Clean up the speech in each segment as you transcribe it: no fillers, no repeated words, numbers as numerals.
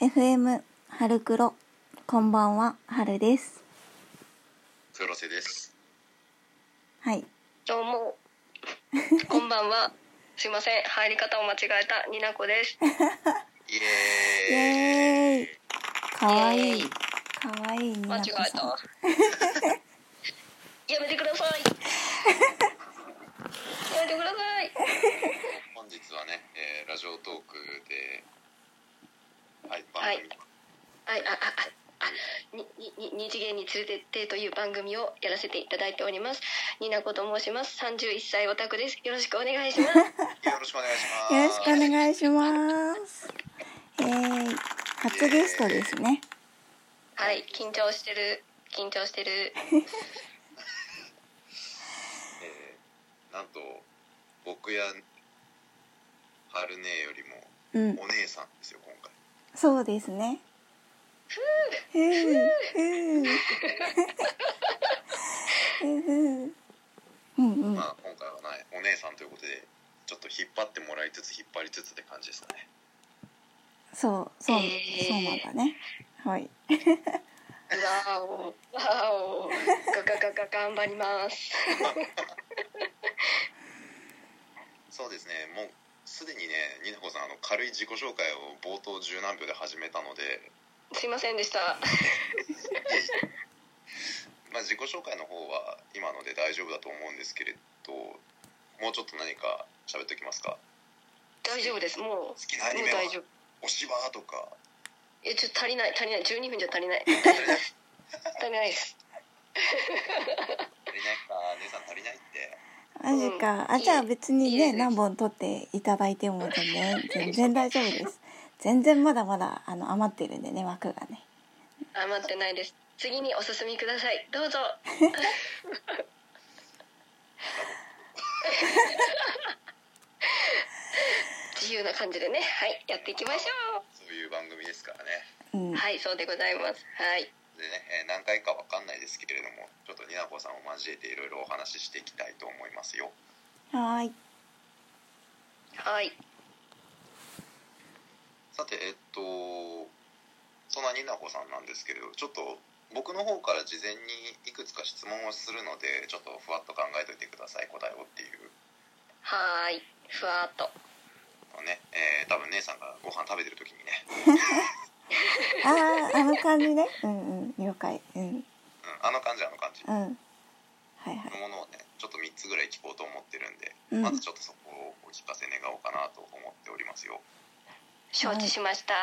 FM 春黒、こんばんは、春です。 黒瀬です。 はい。 どうも。こんばんは。すいません、入り方を間違えたになこです。 イエーイ。 かわいい。かわいいになこさん。 間違えた。やめてください。やめてください。 本日はね、ラジオトークで、はい、番組。 二次元に連れてってという番組をやらせていただいております。になこと申します。31歳オタクです。よろしくお願いします。 よろしくお願いします。 よろしくお願いします。初ゲストですね。 はい、緊張してる。 なんと僕や春姉よりもお姉さんですよ、今回。 そうですね。 まあ今回はね、お姉さんということでちょっと引っ張ってもらいつつ引っ張りつつって感じですかね。そうなんだね。はい。 わお頑張ります。 そうですね、もうすでにね、になこさん軽い自己紹介を冒頭十何秒で始めたので、 すいませんでした。 まあ自己紹介の方は今ので大丈夫だと思うんですけれど、もうちょっと何か喋っておきますか？ 大丈夫です。もう好きなアニメは推しはとか。 ちょっと足りない12分じゃ足りない。足りないです。 足りないか、姉さん足りないって。 マジか。じゃあ別にね、何本撮っていただいても全然大丈夫です。全然まだまだ余ってるんでね、枠がね。 余ってないです。次にお進みください。どうぞ。自由な感じでね、はい、やっていきましょう。 そういう番組ですからね。はい、そうでございます。はい。 でね、何回かわかんないですけれども、ちょっとになこさんを交えていろいろお話ししていきたいと思いますよ。 はい。 さて、そんなになこさんなんですけれど、ちょっと僕の方から事前にいくつか質問をするので、ちょっとふわっと考えておいてください、答えをっていう。 はい、ふわっと。 ね、多分姉さんがご飯食べてる時にね。 あの感じね。了解。 あの感じ。 はいはい。 のものをね、ちょっと3つぐらい聞こうと思ってるんで、まずちょっとそこをお聞かせ願おうかなと思っておりますよ。 承知しました。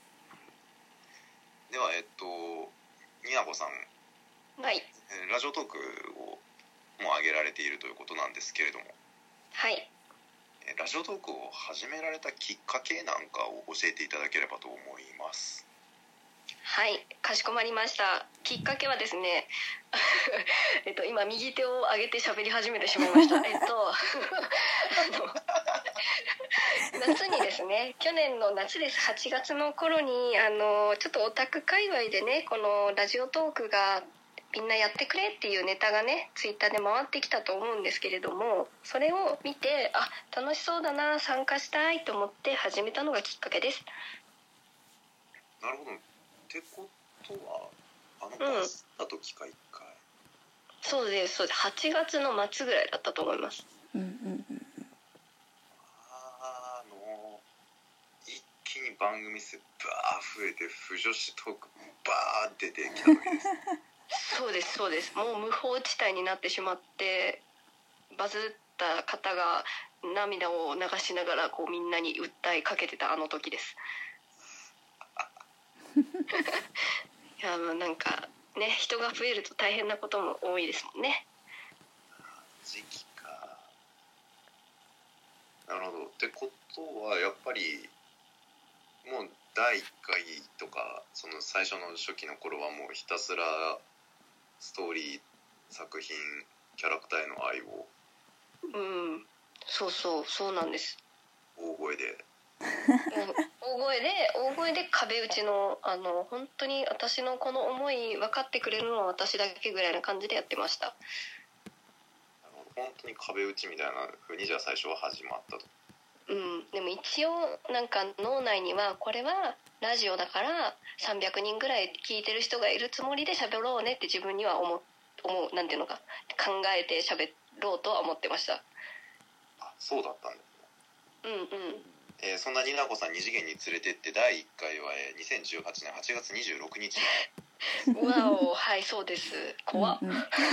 ではになこさん、 はい。 ラジオトークをもう上げられているということなんですけれども、 はい。 ラジオトークを始められたきっかけなんかを教えていただければと思います。 はい、かしこまりました。きっかけはですね、今右手を上げて喋り始めてしまいました。夏にですね、去年の夏です。8月の頃にちょっとオタク界隈でね、このラジオトークがみんなやってくれっていうネタがね、ツイッターで回ってきたと思うんですけれども、それを見て、楽しそうだな、参加したいと思って始めたのがきっかけです。 なるほど。ってことはパスだと機会1回。 そうです。8月の末ぐらいだったと思います。 一気に番組数バー増えて、不女子トークバー出てきたわけです。 そうです。もう無法地帯になってしまって、バズった方が涙を流しながらみんなに訴えかけてたあの時です。いや、なんかね、人が増えると大変なことも多いですもんね。 時期か。なるほど。ってことはやっぱりもう第1回とかその最初の初期の頃はもうひたすらストーリー、作品、キャラクターへの愛を。 そうなんです。 大声で大声で壁打ちの本当に私のこの思い分かってくれるのは私だけぐらいな感じでやってました。 本当に壁打ちみたいな風にじゃあ最初は始まったと。 でも一応なんか脳内にはこれはラジオだから300人ぐらい聞いてる人がいるつもりで喋ろうねって自分には思うなんていうのか考えて喋ろうとは思ってました。 あ、そうだったんですうんうん。 ね。そんなになこさん2次元に連れてって第1回は2018年8月26日わお、はい、そうです。怖っ。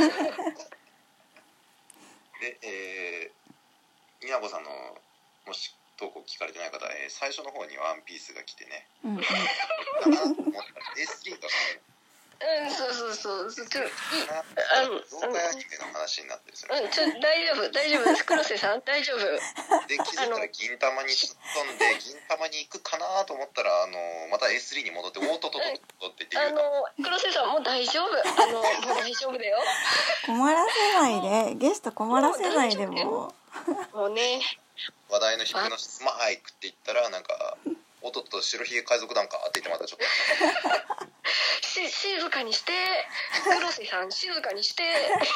で、になこさんのもし投稿聞かれてない方、最初の方にワンピースが来てね、かなと思ったら S3 がそうちょいい動画アニメの話になってるんですよね。 大丈夫です黒瀬さん大丈夫で気づいたら銀玉に突っ込んで銀玉に行くかなと思ったらまた S3 に戻っておっとっとっとって言って黒瀬さんもう大丈夫もう大丈夫だよ。 困らせないでゲスト困らせないでもうね話題の低の質問俳句って言ったらなんかおっとっと白ひげ海賊団かって言ってまたちょっと静かにして黒瀬さん静かにして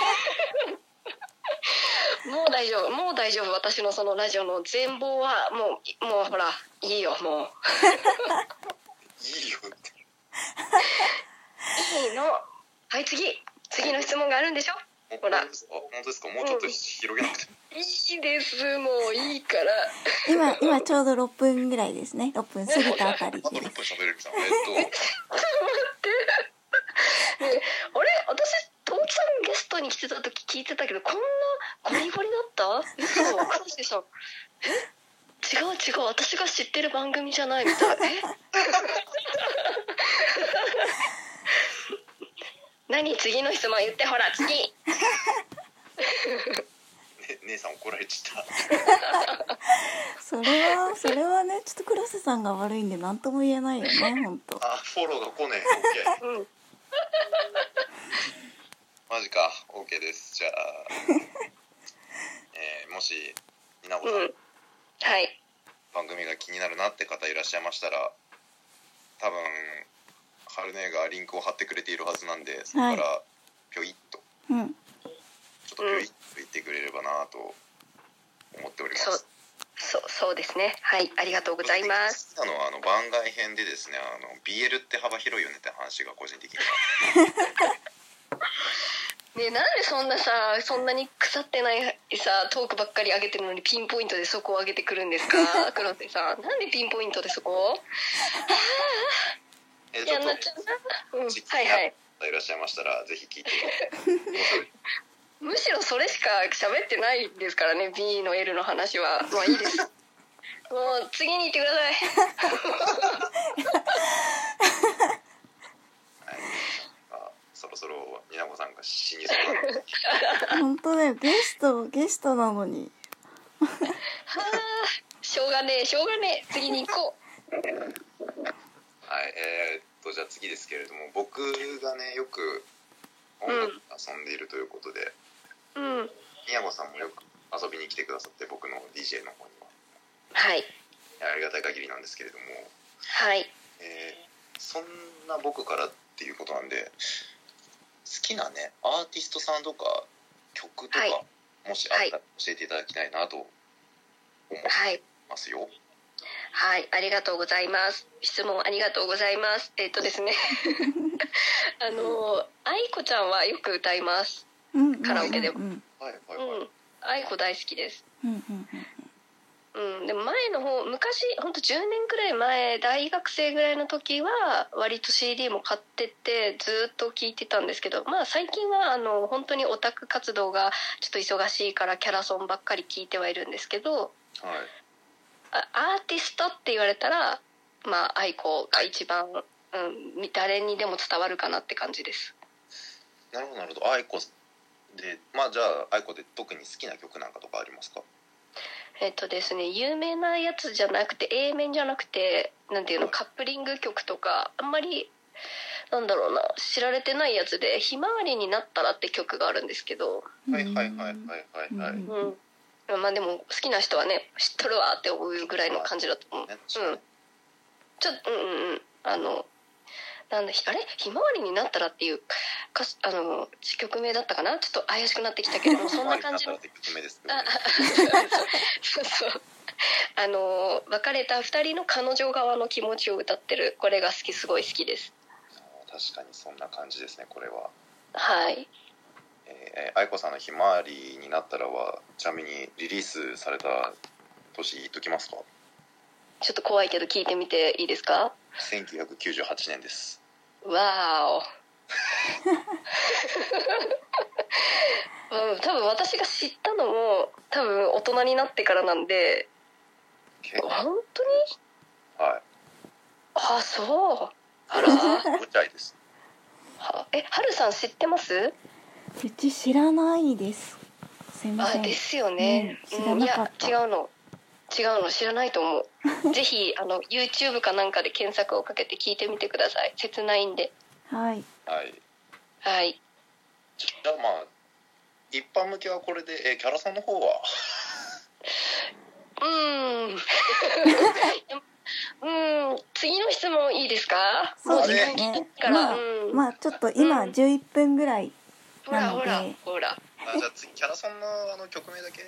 もう大丈夫私のそのラジオの全貌はもうほらいいよもういいよっていいの。はい次の質問があるんでしょ。ほら本当ですかもうちょっと広げなくて、 いいですもういいから今ちょうど6分ぐらいですね。6分過ぎたあたりあと6分です。 喋れるさんちょっと待ってねあれ私トーキさんゲストに来てた時聞いてたけどこんなゴリゴリだった嘘黒瀬さん違う私が知ってる番組じゃないみたい何次の質問言ってほら次姉さん怒られちゃったそれはねちょっと黒瀬さんが悪いんで何とも言えないよね本当。 あフォローが来ねえ OK マジか OK ですじゃあ、もしになこさん、 はい番組が気になるなって方いらっしゃいましたら多分春姉がリンクを貼ってくれているはずなんでそこからぴょいっと、ちょっとぴょいっと言ってくれればなと思っております。 そうですねはいありがとうございます。 好きなのは番外編でですねBL って幅広いよねって話が個人的にはねなんでそんなに腐ってないさトークばっかり上げてるのにピンポイントでそこを上げてくるんですか黒瀬さんなんでピンポイントでそこちょっとなっちゃうな、はいいらっしゃいましたらぜひ聞いてむしろそれしか喋ってないですからね B の L の話はまあいいですもう次に行ってくださいそろそろになこさんが死にそうなので本当ねゲストなのにはあしょうがねえ次に行こうはいじゃあ次ですけれども僕がねよく音楽遊んでいるということで、になこさんもよく遊びに来てくださって僕の DJ の方にははいありがたい限りなんですけれどもはいそんな僕からっていうことなんで好きなねアーティストさんとか曲とか、もしあったら教えていただきたいなと思ってますよ。 はいありがとうございます質問ありがとうございますですね愛子ちゃんはよく歌います、カラオケでも愛子大好きです、でも前の方昔ほんと10年くらい前大学生ぐらいの時は割と CD も買っててずっと聴いてたんですけどまあ最近は本当にオタク活動がちょっと忙しいからキャラソンばっかり聴いてはいるんですけど、アーティストって言われたらまあ愛子が一番、誰にでも伝わるかなって感じです。 なるほど愛子でじゃあ愛子で特に好きな曲なんかとかありますか？ ですね有名なやつじゃなくて A 面じゃなくてなんていうのカップリング曲とかあんまりなんだろうな知られてないやつでひまわりになったらって曲があるんですけどまあでも好きな人はね知っとるわって思うぐらいの感じだと思う。 なんだあれひまわりになったらっていう曲名だったかな、ちょっと怪しくなってきたけれどもそんな感じの曲名ですね。 そうそう別れた2人の彼女側の気持ちを歌ってる、これがすごい好きです。 確かにそんな感じですね、これは。 はい。 愛子さんのひまわりになったらはちなみにリリースされた年言っときますか？ ちょっと怖いけど聞いてみていいですか ？1998年です。 わーお多分私が知ったのも多分大人になってからなんで。本当に？ はい。 あ、そう。あら。 舞台です。 はるさん知ってます？ うち知らないです。すいません。 ですよね。 知らなかった。 いや違うの知らないと思う。ぜひYouTube かなんかで検索をかけて聞いてみてください。切ないんで。 はいはいはい。 じゃあまあ一般向けはこれでキャラさんの方は次の質問いいですか？ そうですね。まあちょっと今11分ぐらいなので、 ほらじゃあ次キャラソンの曲名だけ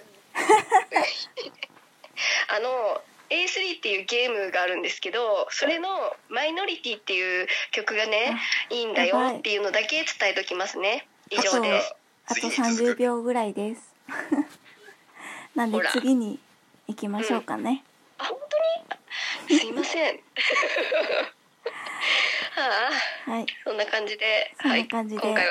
A3 っていうゲームがあるんですけど、それのマイノリティっていう曲がねいいんだよっていうのだけ伝えときますね。以上です。 あと30秒ぐらいですなんで次に行きましょうかね。 本当にすいませんはい、そんな感じで、 そんな感じで、 今回は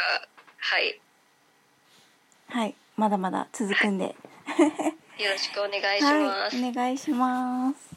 はい、まだまだ続くんでよろしくお願いします。 はい、お願いします。